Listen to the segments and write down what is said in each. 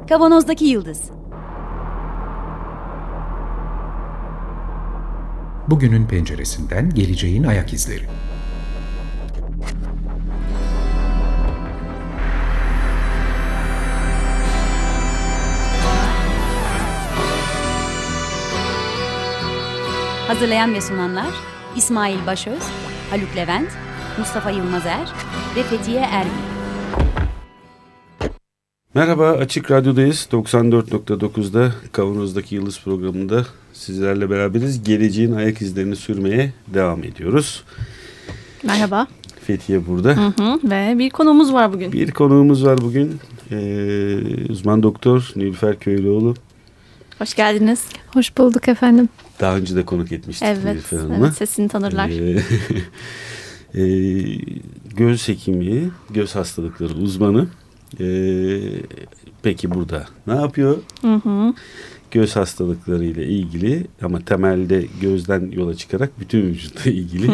Kavanozdaki Yıldız. Bugünün penceresinden geleceğin ayak izleri. Hazırlayan ve sunanlar İsmail Başöz, Haluk Levent, Mustafa Yılmazer ve Fethiye Erbil. Merhaba, Açık Radyo'dayız. 94.9'da Kavanoz'daki Yıldız programında sizlerle beraberiz. Geleceğin ayak izlerini sürmeye devam ediyoruz. Merhaba. Fethiye burada. Ve bir konuğumuz var bugün. Bir konuğumuz var bugün. Uzman doktor Nilüfer Köylüoğlu. Hoş geldiniz. Hoş bulduk efendim. Daha önce de konuk etmiştik Nilüfer Hanım'a. Evet, sesini tanırlar. Göz hekimi, göz hastalıkları uzmanı. Peki burada ne yapıyor? Göz hastalıkları ile ilgili ama temelde gözden yola çıkarak bütün vücutla ilgili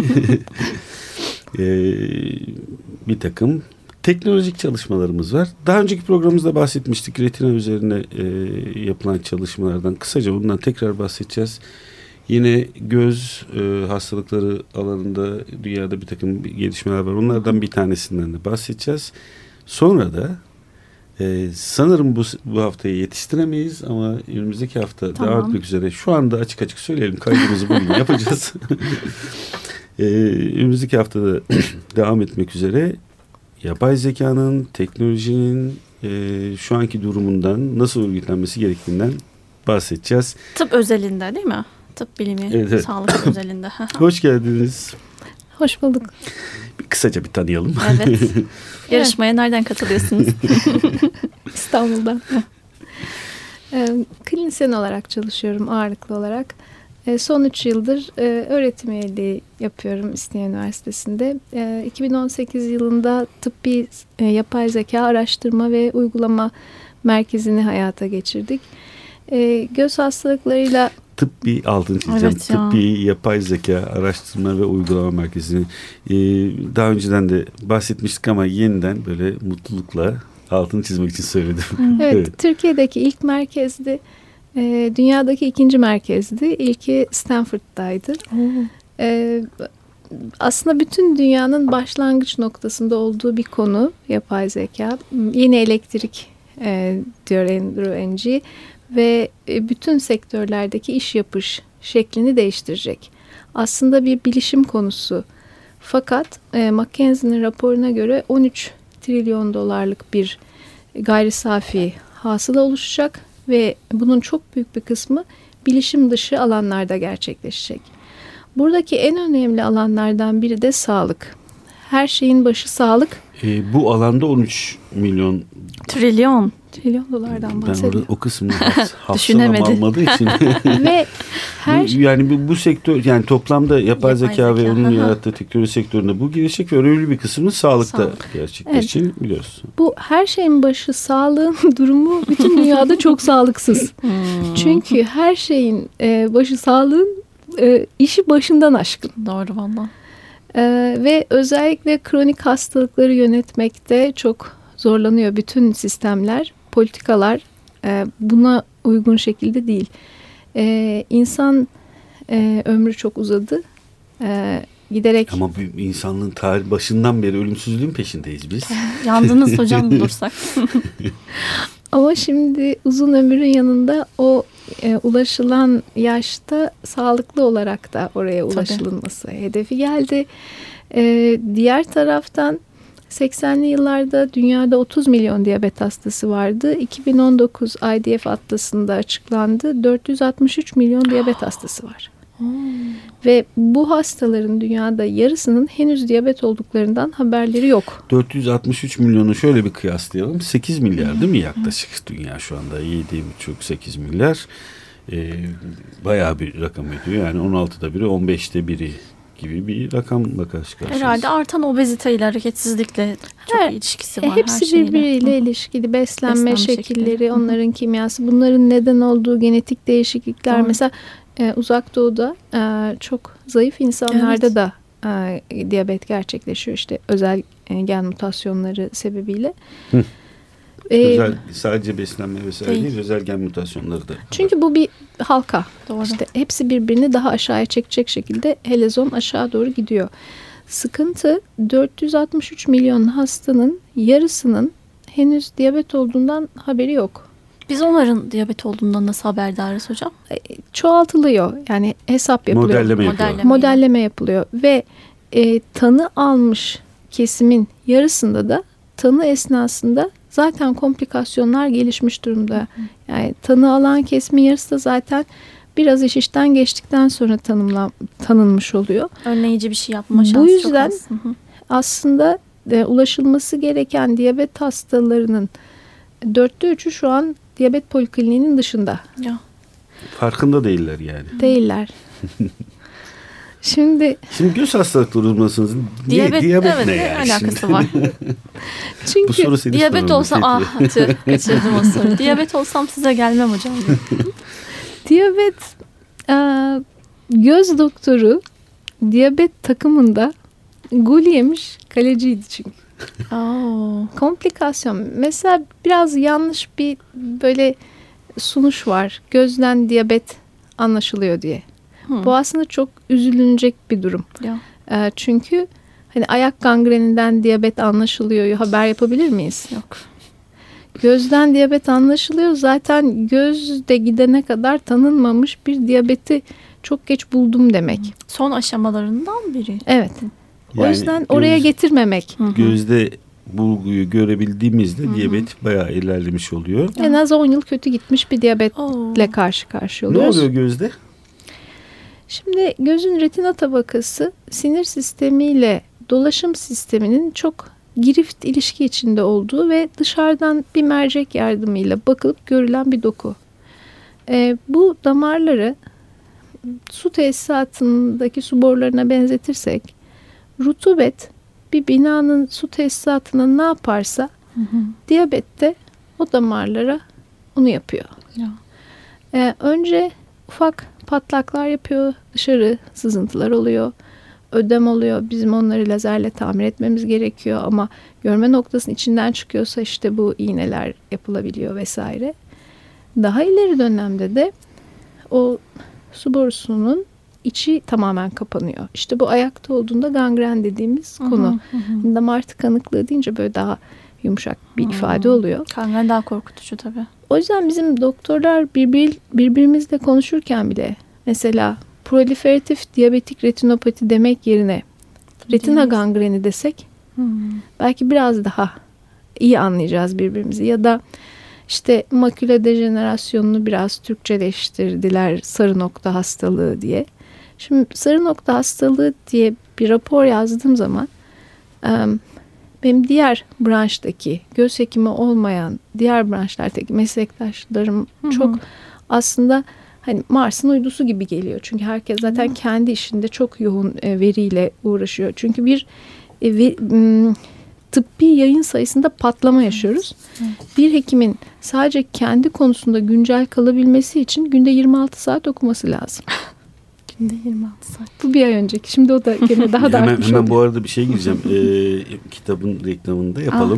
bir takım teknolojik çalışmalarımız var. Daha önceki programımızda bahsetmiştik. Retina üzerine yapılan çalışmalardan. Kısaca bundan tekrar bahsedeceğiz. Yine göz hastalıkları alanında dünyada bir takım gelişmeler var. Onlardan bir tanesinden de bahsedeceğiz. Sonra da sanırım bu haftayı yetiştiremeyiz ama önümüzdeki hafta devam etmek üzere. Şu anda açık söyleyelim, kaydımızı bugün yapacağız. Önümüzdeki haftada devam etmek üzere yapay zekanın, teknolojinin şu anki durumundan nasıl örgütlenmesi gerektiğinden bahsedeceğiz. Tıp özelinde değil mi? Tıp bilimi, evet. Sağlık özelinde. Hoş geldiniz. Hoş bulduk. Kısaca bir tanıyalım. Evet. Yarışmaya nereden katılıyorsunuz? İstanbul'dan. Klinisyen olarak çalışıyorum ağırlıklı olarak. Son 3 yıldır öğretim üyeliği yapıyorum İstinye Üniversitesi'nde. 2018 yılında tıbbi yapay zeka araştırma ve uygulama merkezini hayata geçirdik. Göz hastalıklarıyla tıbbi altın çizeceğim. Evet ya. Tıbbi yapay zeka araştırma ve uygulama merkezini daha önceden de bahsetmiştik ama yeniden böyle mutlulukla altını çizmek için söyledim. Evet. Türkiye'deki ilk merkezdi. Dünyadaki ikinci merkezdi. İlki Stanford'daydı. Aslında bütün dünyanın başlangıç noktasında olduğu bir konu yapay zeka. Yeni elektrik diyor Andrew Ng ve bütün sektörlerdeki iş yapış şeklini değiştirecek. Aslında bir bilişim konusu. Fakat McKinsey'nin raporuna göre 13 trilyon dolarlık bir gayri safi hasıla oluşacak ve bunun çok büyük bir kısmı bilişim dışı alanlarda gerçekleşecek. Buradaki en önemli alanlardan biri de sağlık. Her şeyin başı sağlık. Bu alanda 13 milyon Trilyon dolardan ben bahsediyorum. orada o kısmını hafızam almadığı için. Ve her yani bu sektör, yani toplamda yapay zeka ve onun yarattığı teknoloji sektöründe bu gelişecek ve önemli bir kısmını sağlıkta gerçekleşecek, biliyoruz. Bu her şeyin başı sağlığın durumu bütün dünyada çok sağlıksız. Çünkü her şeyin başı sağlığın işi başından aşkın. Doğru valla. Ve özellikle kronik hastalıkları yönetmekte çok zorlanıyor bütün sistemler, politikalar buna uygun şekilde değil. İnsan ömrü çok uzadı. Giderek. Ama bu insanlığın tarih başından beri ölümsüzlüğün peşindeyiz biz. Yandınız hocam bulursak. Ama şimdi uzun ömrün yanında o ulaşılan yaşta sağlıklı olarak da oraya ulaşılması hedefi geldi. Diğer taraftan 80'li yıllarda dünyada 30 milyon diyabet hastası vardı. 2019 IDF atlasında açıklandı. 463 milyon diyabet hastası var. Ve bu hastaların dünyada yarısının henüz diyabet olduklarından haberleri yok. 463 milyonu şöyle bir kıyaslayalım. 8 milyar değil mi yaklaşık dünya şu anda? 7,5-8 milyar. Bayağı bir rakam ediyor. Yani 16'da biri, 15'te biri gibi bir rakamla karşı karşıyayız. Herhalde artan obeziteyle, hareketsizlikle çok ilişkisi var. Hepsi birbiriyle ilişkili. Beslenme şekilleri, onların kimyası, bunların neden olduğu genetik değişiklikler. Doğru. Mesela Uzak Doğu'da çok zayıf insanlarda da diyabet gerçekleşiyor. İşte özel gen mutasyonları sebebiyle. Özel, sadece beslenme vesaire değil, özel gen mutasyonları da. Çünkü bu bir halka. Doğru. İşte hepsi birbirini daha aşağıya çekecek şekilde helezon aşağı doğru gidiyor. Sıkıntı 463 milyon hastanın yarısının henüz diyabet olduğundan haberi yok. Biz onların diyabet olduğundan nasıl haberdarız hocam? Çoğaltılıyor. Yani hesap yapılıyor. Modelleme yapıyor. Modelleme yapılıyor ve tanı almış kesimin yarısında da tanı esnasında zaten komplikasyonlar gelişmiş durumda. Yani tanı alan kesimin yarısı da zaten biraz işten geçtikten sonra tanınmış oluyor. Önleyici bir şey yapma şansı Bu yüzden çok az. Hı hı. aslında ulaşılması gereken diyabet hastalarının 3'ü şu an diyabet polikliniğinin dışında. Ya. Farkında değiller yani. Değiller. Şimdi göz hastalıkları uzmanısınız. Diyabet evet, ne yani? alakası var. çünkü Bu soru seni Diyabet sormalı. olsam kaçırdım o soruyu. Diyabet olsam size gelmem hocam. diyabet göz doktoru diyabet takımında gol yemiş kaleciydi çünkü. Komplikasyon. Mesela biraz yanlış bir böyle sunuş var. Gözden diyabet anlaşılıyor diye. Bu aslında çok üzülünecek bir durum. Ya. Çünkü hani ayak gangreninden diyabet anlaşılıyor. Haber yapabilir miyiz? Yok. Gözden diyabet anlaşılıyor. Zaten gözde gidene kadar tanınmamış bir diyabeti çok geç buldum demek. Son aşamalarından biri. Evet. O Yani yüzden oraya getirmemek. Gözde bulguyu görebildiğimizde diyabet bayağı ilerlemiş oluyor. En az 10 yıl kötü gitmiş bir diyabetle karşı karşıya Ne oluyoruz. oluyor gözde? Şimdi gözün retina tabakası sinir sistemiyle dolaşım sisteminin çok girift ilişki içinde olduğu ve dışarıdan bir mercek yardımıyla bakılıp görülen bir doku. Bu damarları su tesisatındaki su borularına benzetirsek rutubet bir binanın su tesisatına ne yaparsa diyabet de o damarlara onu yapıyor. Ya. Önce ufak patlaklar yapıyor, dışarı sızıntılar oluyor, ödem oluyor. Bizim onları lazerle tamir etmemiz gerekiyor ama görme noktasının içinden çıkıyorsa işte bu iğneler yapılabiliyor vesaire. Daha ileri dönemde de o su borusunun içi tamamen kapanıyor. İşte bu ayakta olduğunda gangren dediğimiz konu. Damar tıkanıklığı deyince böyle daha yumuşak bir ifade oluyor. Kangren daha korkutucu tabii. O yüzden bizim doktorlar birbirimizle konuşurken bile mesela proliferatif diyabetik retinopati demek yerine retina gangreni desek belki biraz daha iyi anlayacağız birbirimizi. Ya da işte maküle dejenerasyonunu biraz Türkçeleştirdiler, sarı nokta hastalığı diye. Şimdi sarı nokta hastalığı diye bir rapor yazdığım zaman benim diğer branştaki göz hekimi olmayan diğer branşlardaki meslektaşlarım çok aslında hani Mars'ın uydusu gibi geliyor. Çünkü herkes zaten kendi işinde çok yoğun veriyle uğraşıyor. Çünkü bir tıbbi yayın sayısında patlama yaşıyoruz. Bir hekimin sadece kendi konusunda güncel kalabilmesi için günde 26 saat okuması lazım. Günde 26 saat. Bu bir ay önceki. Şimdi o da gene daha da artmış Hemen oluyor. bu arada bir şey gireceğim. Kitabın reklamını da yapalım.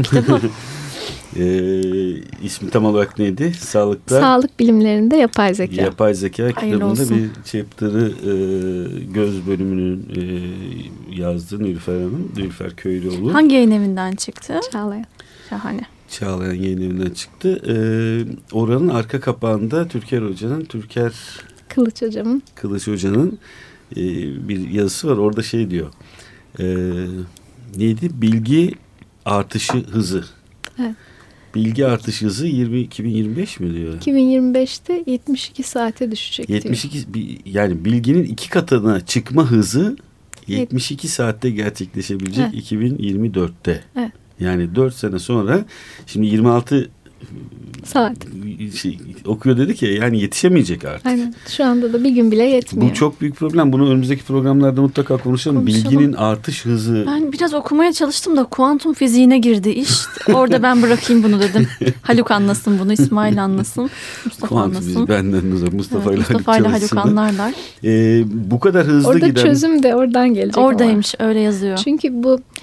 İsmi tam olarak neydi? Sağlık bilimlerinde yapay zeka. Yapay zeka Hayırlı kitabında olsun. bir chapter'ı göz bölümünün yazdığı Nilüfer Köylüoğlu. Hangi yayın evinden çıktı? Çağlayan. Şahane. Çağlayan yayın evinden çıktı. Oranın arka kapağında Türker Kılıç Hoca'nın bir yazısı var. Orada şey diyor. Neydi? Bilgi artışı hızı. Evet. Bilgi artış hızı 2025 mi diyor? 2025'te 72 saate düşecek 72 yani bilginin 2 katına çıkma hızı 72 saatte gerçekleşebilecek 2024'te. Evet. Yani 4 sene sonra şimdi 26 saat okuyor dedik ya, yani yetişemeyecek artık. Aynen. Şu anda da bir gün bile yetmiyor. Bu çok büyük problem. Bunu önümüzdeki programlarda mutlaka konuşalım. Bilginin artış hızı. Ben biraz okumaya çalıştım da kuantum fiziğine girdi iş. Orada ben bırakayım bunu dedim. Haluk anlasın bunu, İsmail anlasın, Mustafa anlasın. Benden Mustafa ile Haluk anlarlar. Bu kadar hızlı orada giden. Orada çözüm de oradan gelecek. Oradaymış, öyle yazıyor. Çünkü bu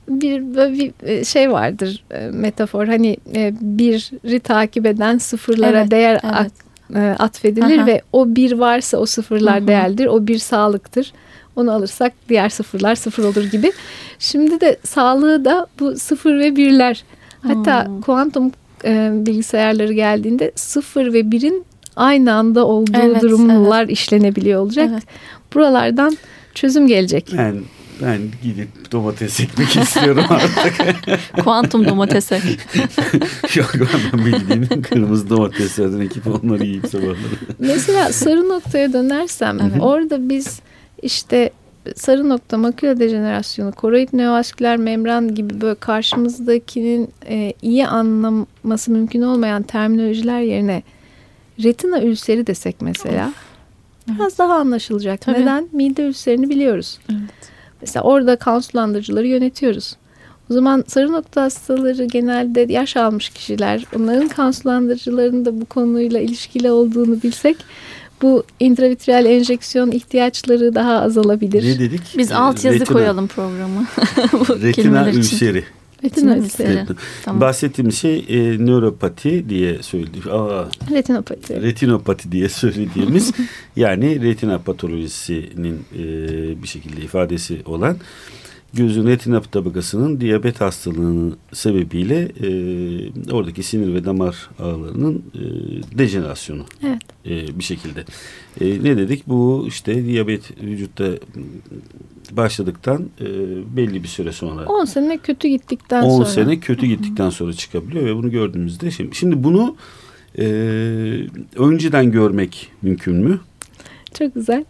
bir şey vardır, metafor, hani biri takip eden sıfırlara değer atfedilir. Aha. Ve o bir varsa o sıfırlar değerlidir. O bir sağlıktır. Onu alırsak diğer sıfırlar sıfır olur gibi. Şimdi de sağlığı da bu sıfır ve birler. Hatta kuantum bilgisayarları geldiğinde sıfır ve birin aynı anda olduğu durumlar işlenebiliyor olacak. Evet. Buralardan çözüm gelecek. Ben gidip domates ekmek istiyorum artık. Kuantum domatese. Yok, ben bildiğim kırmızı domateslerden ekip onları yiyip sabahları. Mesela sarı noktaya dönersem orada biz işte sarı nokta, makula dejenerasyonu, koroid neovasküler membran gibi böyle karşımızdakinin iyi anlaması mümkün olmayan terminolojiler yerine retina ülseri desek mesela biraz daha anlaşılacak. Tabii. Neden? Mide ülserini biliyoruz. Evet. Mesela orada kan sulandırıcıları yönetiyoruz. O zaman sarı nokta hastaları genelde yaş almış kişiler. Onların kan sulandırıcılarının da bu konuyla ilişkili olduğunu bilsek bu intravitreal enjeksiyon ihtiyaçları daha azalabilir. Ne dedik? Biz altyazı koyalım programı. Retina ülseri. Retina ülseri. Tamam. Bahsettiğimiz şey nöropati diye söylediğimiz. Retinopati diye söylediğimiz yani retina patolojisinin bir şekilde ifadesi olan gözün retina tabakasının diyabet hastalığının sebebiyle oradaki sinir ve damar ağlarının dejenerasyonu. Evet. Bir şekilde. Ne dedik? Bu işte diyabet vücutta başladıktan belli bir süre sonra. 10 sene kötü gittikten sonra. 10 sene kötü gittikten sonra çıkabiliyor ve bunu gördüğümüzde şimdi bunu önceden görmek mümkün mü? Çok güzel.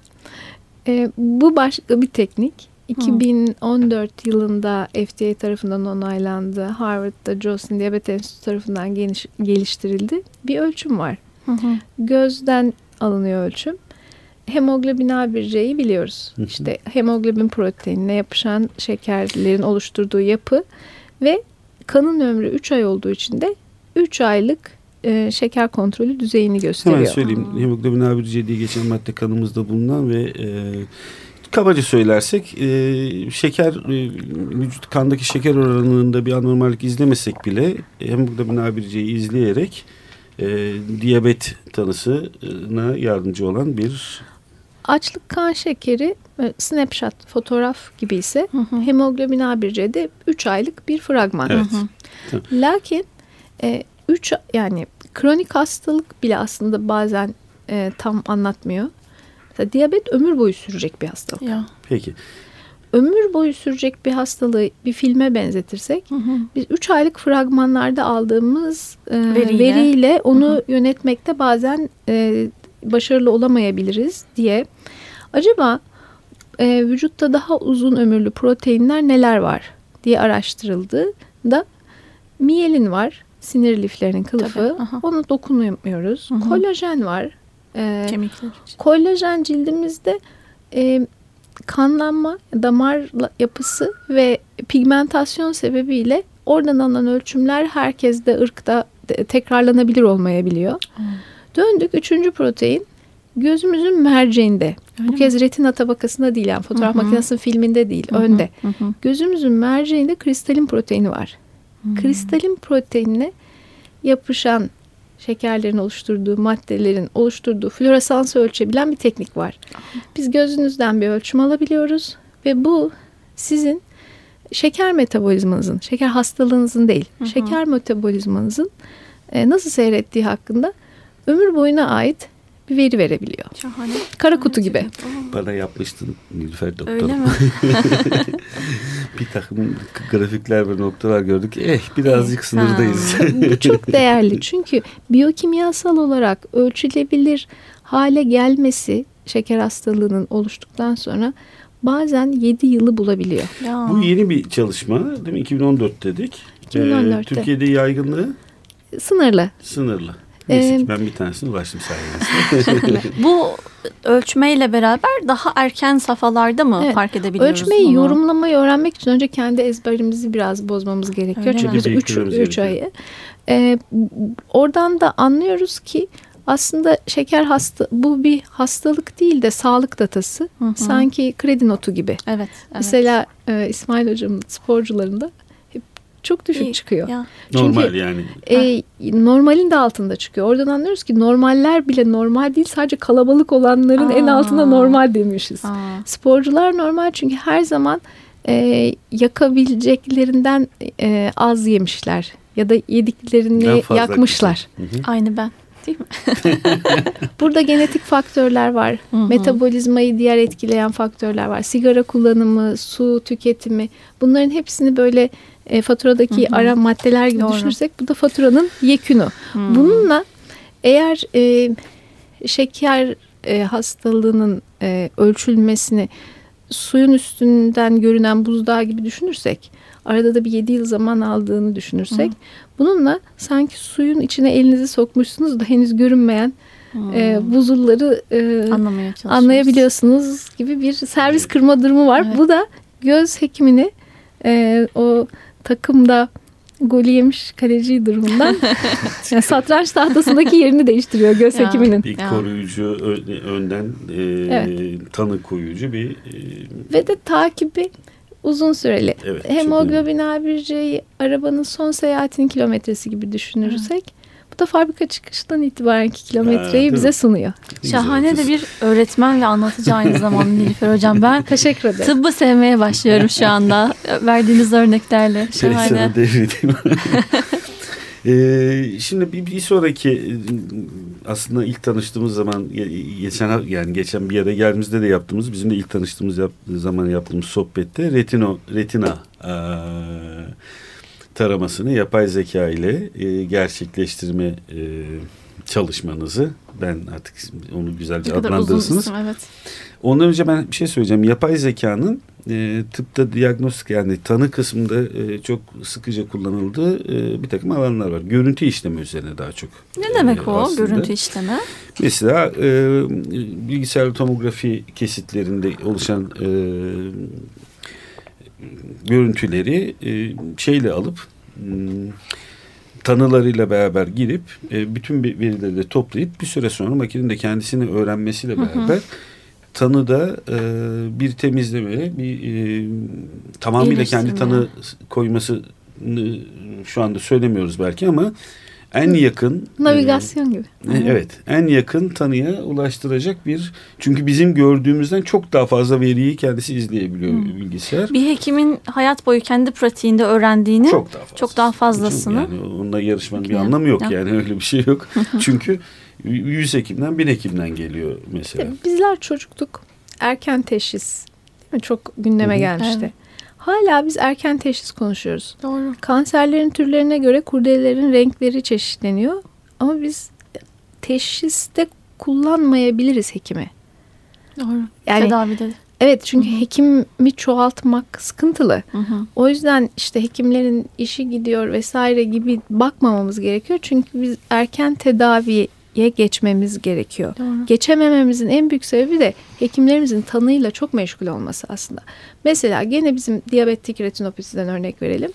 Bu başka bir teknik. 2014 yılında FDA tarafından onaylandı. Harvard'da Joslin Diyabet Enstitüsü tarafından geliştirildi. Bir ölçüm var. Gözden alınıyor ölçüm. Hemoglobin A1C'yi biliyoruz. İşte hemoglobin proteinine yapışan şekerlerin oluşturduğu yapı ve kanın ömrü 3 ay olduğu için de 3 aylık şeker kontrolü düzeyini gösteriyor. Hemen söyleyeyim. Hemoglobin A1C diye geçen madde kanımızda bulunan ve kabaca söylersek şeker vücut kandaki şeker oranında bir anormallik izlemesek bile hemoglobin A1C'yi izleyerek diyabet tanısına yardımcı olan bir açlık kan şekeri snapshot fotoğraf gibi ise hemoglobin A1C'de 3 aylık bir fragman. Evet. Lakin 3 yani kronik hastalık bile aslında bazen tam anlatmıyor. Mesela diyabet ömür boyu sürecek bir hastalık. Ya. Peki. Ömür boyu sürecek bir hastalığı bir filme benzetirsek biz 3 aylık fragmanlarda aldığımız veriyle onu yönetmekte bazen başarılı olamayabiliriz diye. Acaba vücutta daha uzun ömürlü proteinler neler var diye araştırıldığında miyelin var. Sinir liflerinin kılıfı. Ona dokunmuyoruz. Kolajen var. Kemikler için. Kolajen cildimizde kanlanma, damar yapısı ve pigmentasyon sebebiyle oradan alınan ölçümler herkeste ırkta tekrarlanabilir olmayabiliyor. Döndük 3. protein gözümüzün merceğinde. Öyle bu kez retina tabakasında değil, yani fotoğraf makinesinin filminde değil, önde. Gözümüzün merceğinde kristalin proteini var. Kristalin proteinine yapışan şekerlerin oluşturduğu maddelerin oluşturduğu floresansı ölçebilen bir teknik var. Biz gözünüzden bir ölçüm alabiliyoruz ve bu sizin şeker metabolizmanızın, şeker hastalığınızın değil, şeker metabolizmanızın nasıl seyrettiği hakkında ömür boyuna ait bir veri verebiliyor. Şahane. Kara kutu gibi. Bana yapmıştın Nilüfer doktor. Öyle mi? Bir takım grafikler ve noktalar gördük. Birazcık sınırdayız. Bu çok değerli. Çünkü biyokimyasal olarak ölçülebilir hale gelmesi şeker hastalığının oluştuktan sonra bazen 7 yılı bulabiliyor. Ya. Bu yeni bir çalışma değil mi? 2014 dedik. 2014'te. Türkiye'de yaygınlığı? Sınırlı. Neyse ki ben bir tanesine ulaştım sayenizde. Bu ölçmeyle beraber daha erken safhalarda mı fark edebiliyoruz? Ölçmeyi, bunu yorumlamayı öğrenmek için önce kendi ezberimizi biraz bozmamız gerekiyor. Çünkü 3 ayı. Oradan da anlıyoruz ki Aslında şeker bu bir hastalık değil de sağlık datası. Sanki kredi notu gibi. Evet. Mesela İsmail Hocam'ın sporcularında hep çok düşük çıkıyor. Ya. Normal yani. Normalin de altında çıkıyor. Oradan anlıyoruz ki normaller bile normal değil. Sadece kalabalık olanların en altında normal demişiz. Sporcular normal çünkü her zaman yakabileceklerinden az yemişler. Ya da yediklerini yakmışlar. Aynı ben. Değil mi? Burada genetik faktörler var. Metabolizmayı diğer etkileyen faktörler var. Sigara kullanımı, su tüketimi. Bunların hepsini böyle faturadaki ara maddeler gibi düşünürsek bu da faturanın yekünü. Bununla eğer şeker hastalığının ölçülmesini suyun üstünden görünen buzdağı gibi düşünürsek, arada da bir 7 yıl zaman aldığını düşünürsek, bununla sanki suyun içine elinizi sokmuşsunuz da henüz görünmeyen buzulları anlayabiliyorsunuz gibi bir servis kırma durumu var. Evet. Bu da göz hekimini o takımda golü yemiş kaleci durumundan yani satranç tahtasındaki yerini değiştiriyor göz hekiminin. Bir koruyucu önden tanı koyucu bir ve de takibi uzun süreli. Evet, hemoglobin A1C'yi arabanın son seyahatinin kilometresi gibi düşünürsek bu da fabrika çıkışından itibarenki kilometreyi bize sunuyor. Şahane de bir öğretmen ve anlatıcı aynı zamanda Nilüfer Hocam. Ben teşekkür ederim. Tıbbı sevmeye başlıyorum şu anda verdiğiniz örneklerle. Şahane. Şimdi bir sonraki aslında ilk tanıştığımız zaman geçen bir yere geldiğimizde de yaptığımız, bizim de ilk tanıştığımız zaman yaptığımız sohbette retina taramasını yapay zeka ile gerçekleştirme çalışmanızı, ben artık onu güzelce adlandırırsınız. Evet. Ondan önce ben bir şey söyleyeceğim. Yapay zekanın tıpta diagnostik yani tanı kısmında çok sıkıca kullanıldığı bir takım alanlar var. Görüntü işleme üzerine daha çok. Ne demek o aslında. Görüntü işleme? Mesela bilgisayar tomografi kesitlerinde oluşan görüntüleri şeyle alıp tanılarıyla beraber girip bütün verileri de toplayıp bir süre sonra makinenin de kendisini öğrenmesiyle beraber tanıda bir temizleme, bir tamamıyla kendi tanı koymasını şu anda söylemiyoruz belki ama en yakın navigasyon gibi. Evet, en yakın tanıya ulaştıracak bir, çünkü bizim gördüğümüzden çok daha fazla veriyi kendisi izleyebiliyor bilgisayar. Bir hekimin hayat boyu kendi pratiğinde öğrendiğini çok daha fazlasını. Yani onunla yarışmanın bir anlamı yok yani öyle bir şey yok. Çünkü 100 hekimden 1000 hekimden geliyor mesela. Bizler çocuktuk. Erken teşhis değil mi? Çok gündeme gelmişti. Evet. Hala biz erken teşhis konuşuyoruz. Doğru. Kanserlerin türlerine göre kurdelelerin renkleri çeşitleniyor. Ama biz teşhiste kullanmayabiliriz hekimi. Doğru. Yani, tedavide. Evet, çünkü hekimi çoğaltmak sıkıntılı. O yüzden işte hekimlerin işi gidiyor vesaire gibi bakmamamız gerekiyor. Çünkü biz erken tedaviye geçmemiz gerekiyor. Doğru. Geçemememizin en büyük sebebi de hekimlerimizin tanıyla çok meşgul olması aslında. Mesela gene bizim diyabetik retinopatiden örnek verelim.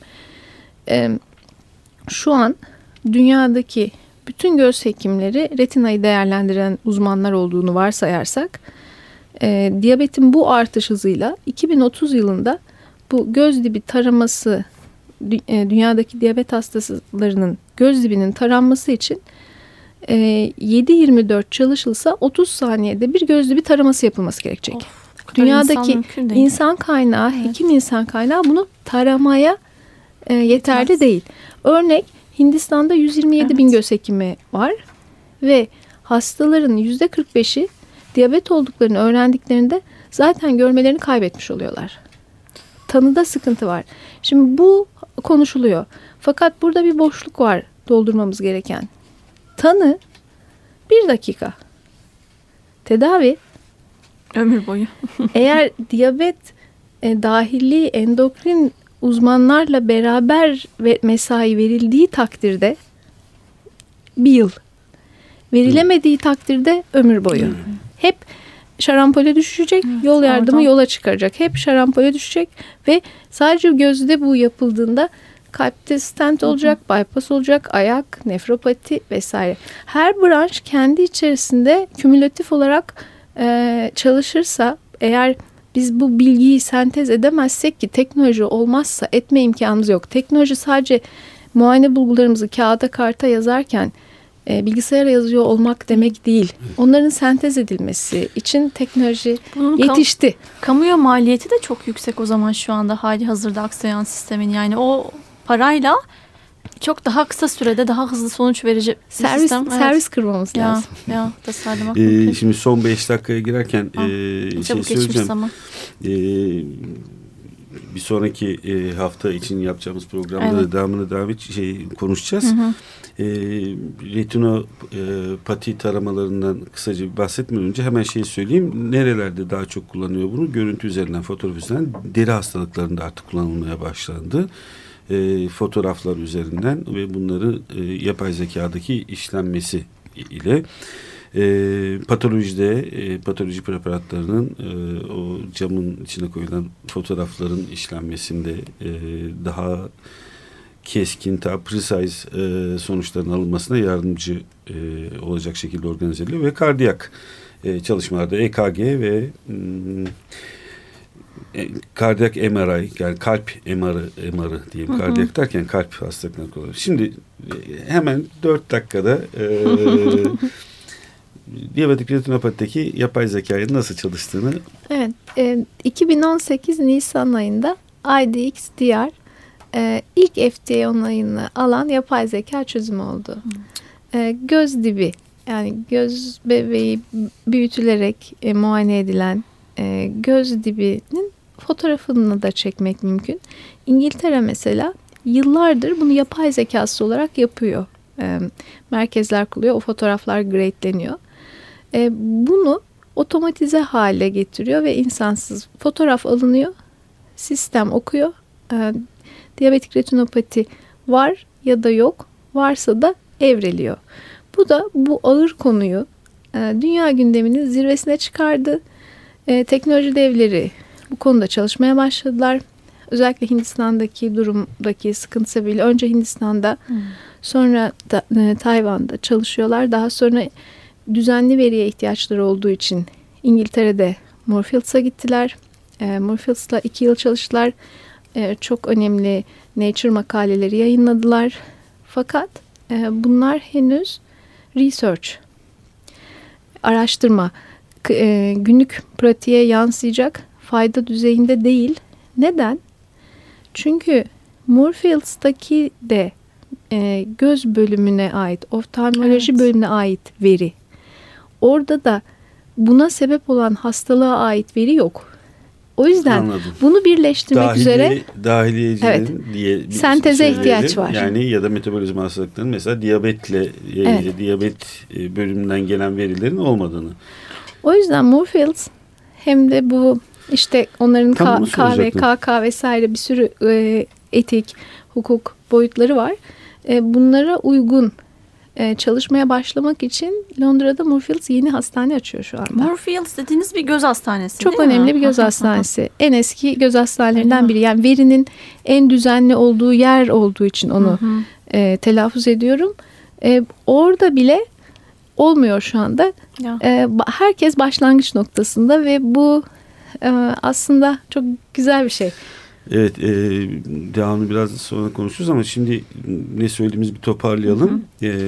Şu an dünyadaki bütün göz hekimleri retinayı değerlendiren uzmanlar olduğunu varsayarsak diyabetin bu artış hızıyla 2030 yılında bu göz dibi taraması, dünyadaki diyabet hastalarının göz dibinin taranması için 7-24 çalışılsa 30 saniyede bir göz dibi taraması yapılması gerekecek. Dünyadaki insan kaynağı, hekim insan kaynağı bunu taramaya yeterli değil. Örnek, Hindistan'da 127 bin göz hekimi var ve hastaların %45'i diyabet olduklarını öğrendiklerinde zaten görmelerini kaybetmiş oluyorlar. Tanıda sıkıntı var. Şimdi bu konuşuluyor. Fakat burada bir boşluk var doldurmamız gereken. Tanı 1 dakika. Tedavi ömür boyu. Eğer diyabet dahilli endokrin uzmanlarla beraber mesai verildiği takdirde 1 yıl. Verilemediği takdirde ömür boyu. Hep şarampole düşecek, yol yardımı yola çıkaracak. Hep şarampole düşecek ve sadece gözde bu yapıldığında Kalpte stent olacak, bypass olacak, ayak, nefropati vesaire. Her branş kendi içerisinde kümülatif olarak çalışırsa, eğer biz bu bilgiyi sentez edemezsek, ki teknoloji olmazsa etme imkanımız yok. Teknoloji sadece muayene bulgularımızı kağıda, karta yazarken bilgisayara yazıyor olmak demek değil. Onların sentez edilmesi için teknoloji yetişti. Kamuya maliyeti de çok yüksek o zaman şu anda hali hazırda aksayan sistemin. Yani o parayla çok daha kısa sürede daha hızlı sonuç verecek sistem. Servis kırmamız lazım. Ya tasarlamak mümkün. Şimdi son 5 dakikaya girerken söyleyeceğim. Bir sonraki hafta için yapacağımız programda da devamını konuşacağız. Retinopati taramalarından kısaca bir bahsetmeden önce hemen söyleyeyim. Nerelerde daha çok kullanıyor bunu? Görüntü üzerinden, fotoğraf üzerinden, deri hastalıklarında artık kullanılmaya başlandı. Fotoğraflar üzerinden ve bunları yapay zekadaki işlenmesi ile patolojide patoloji preparatlarının o camın içine koyulan fotoğrafların işlenmesinde daha keskin, daha precise sonuçların alınmasına yardımcı olacak şekilde organize ediliyor ve kardiyak çalışmalarda EKG ve kardiyak MRI, yani kalp MR'ı diyeyim. Kardiyak derken kalp hastalıklarına kullanılıyor. Şimdi hemen 4 dakikada diyabetik retinopatideki yapay zekanın nasıl çalıştığını. Evet, 2018 Nisan ayında IDX-DR ilk FDA onayını alan yapay zeka çözümü oldu. Göz dibi, yani göz bebeği büyütülerek muayene edilen göz dibinin fotoğrafını da çekmek mümkün. İngiltere mesela yıllardır bunu yapay zekası olarak yapıyor. Merkezler kuruluyor, o fotoğraflar gradeleniyor. Bunu otomatize hale getiriyor ve insansız fotoğraf alınıyor. Sistem okuyor. Diyabetik retinopati var ya da yok. Varsa da evreliyor. Bu da bu ağır konuyu dünya gündeminin zirvesine çıkardı. Teknoloji devleri bu konuda çalışmaya başladılar. Özellikle Hindistan'daki durumdaki sıkıntı sebebiyle önce Hindistan'da sonra da, Tayvan'da çalışıyorlar. Daha sonra düzenli veriye ihtiyaçları olduğu için İngiltere'de Moorfields'a gittiler. Moorfields'la 2 yıl çalıştılar. Çok önemli Nature makaleleri yayınladılar. Fakat bunlar henüz research, araştırma, günlük pratiğe yansıyacak fayda düzeyinde değil. Neden? Çünkü Moorfields'taki de göz bölümüne ait, oftalmoloji bölümüne ait veri. Orada da buna sebep olan hastalığa ait veri yok. O yüzden bunu birleştirmek üzere dahiliyecinin diye senteze ihtiyaç var. Yani ya da metabolizma hastalıklarının mesela diyabetle diyabet bölümünden gelen verilerin olmadığını. O yüzden Moorfields hem de bu işte onların KV, KK vesaire bir sürü etik, hukuk boyutları var. Bunlara uygun çalışmaya başlamak için Londra'da Moorfields yeni hastane açıyor şu anda. Moorfields dediğiniz bir göz hastanesi çok değil mi? önemli bir göz hastanesi. En eski göz hastanelerinden biri. Yani verinin en düzenli olduğu yer olduğu için onu telaffuz ediyorum. Orada bile olmuyor şu anda. Herkes başlangıç noktasında ve bu aslında çok güzel bir şey. Evet, devamını biraz sonra konuşuruz ama şimdi ne söylediğimizi bir toparlayalım.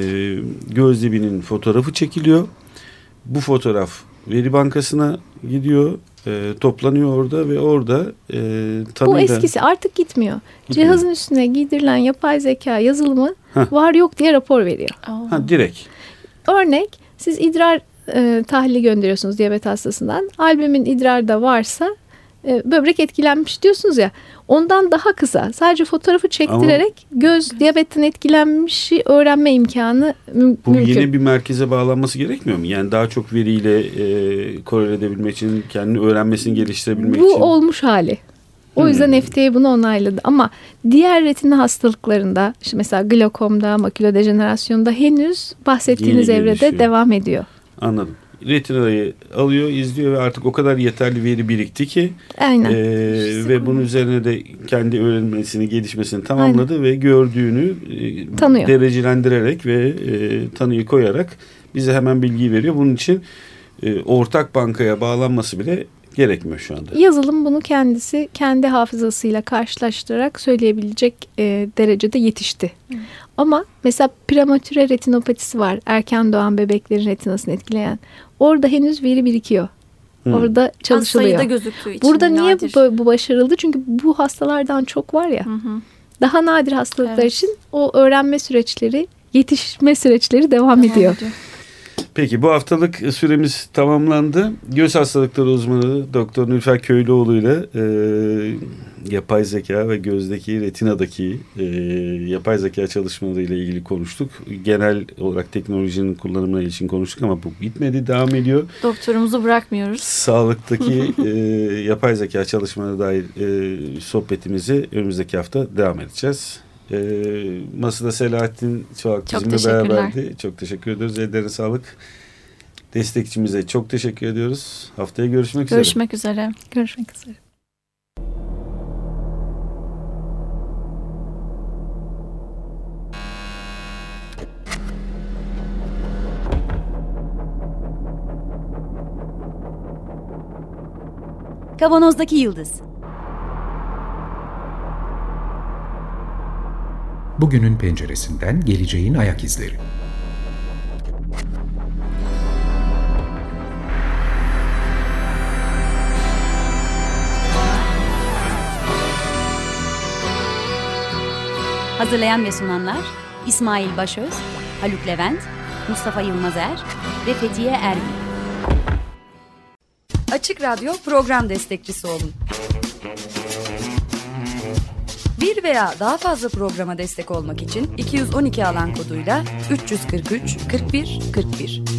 Göz dibinin fotoğrafı çekiliyor. Bu fotoğraf veri bankasına gidiyor, toplanıyor orada ve orada tanıyla... Bu eskisi artık gitmiyor. Cihazın üstüne giydirilen yapay zeka yazılımı var yok diye rapor veriyor. Direkt. Örnek, siz idrar tahlili gönderiyorsunuz diyabet hastasından. Albümin idrarda varsa böbrek etkilenmiş diyorsunuz ya, ondan daha kısa sadece fotoğrafı çektirerek göz diyabetten etkilenmişi öğrenme imkanı mümkün. Bu yine bir merkeze bağlanması gerekmiyor mu? Yani daha çok veriyle korele edebilmek için, kendini öğrenmesini geliştirebilmek için. Bu olmuş hali. O yüzden FDA bunu onayladı. Ama diğer retina hastalıklarında, işte mesela glokomda, makülodejenerasyonda henüz bahsettiğiniz evrede devam ediyor. Anladım. retinayı alıyor, izliyor ve artık o kadar yeterli veri birikti ki Aynen. Ve bunun üzerine de kendi öğrenmesini, gelişmesini tamamladı. Aynen. Ve gördüğünü tanıyor. Derecelendirerek ve tanıyı koyarak bize hemen bilgiyi veriyor. Bunun için ortak bankaya bağlanması bile gerekmiyor şu anda. Yazılım bunu kendisi kendi hafızasıyla karşılaştırarak söyleyebilecek derecede yetişti. Ama mesela prematüre retinopatisi var. Erken doğan bebeklerin retinasını etkileyen. Orada henüz veri birikiyor. Orada çalışılıyor. Az sayıda gözüktüğü için. Burada niye bu başarıldı? Çünkü bu hastalardan çok var ya. Daha nadir hastalıklar için o öğrenme süreçleri, yetişme süreçleri devam ediyor. Peki bu haftalık süremiz tamamlandı. Göz hastalıkları uzmanı Doktor Nülfer Köylüoğlu ile yapay zeka ve gözdeki, retinadaki yapay zeka çalışmaları ile ilgili konuştuk. Genel olarak teknolojinin kullanımına ilişkin konuştuk ama bu bitmedi, devam ediyor. Doktorumuzu bırakmıyoruz. Sağlıktaki yapay zeka çalışmalarına dair sohbetimizi önümüzdeki hafta devam edeceğiz. Masada Selahattin Çoğak bizimle beraberdi. Çok teşekkür ediyoruz. Ellerine sağlık. Destekçimize çok teşekkür ediyoruz. Haftaya görüşmek üzere. Görüşmek üzere. Görüşmek üzere. Kavanozdaki Yıldız. Bugünün penceresinden geleceğin ayak izleri. Hazırlayan ve sunanlar İsmail Başöz, Haluk Levent, Mustafa Yılmazer ve Fethiye Erbil. Açık Radyo program destekçisi olun. Bir veya daha fazla programa destek olmak için 212 alan koduyla 343 41 41.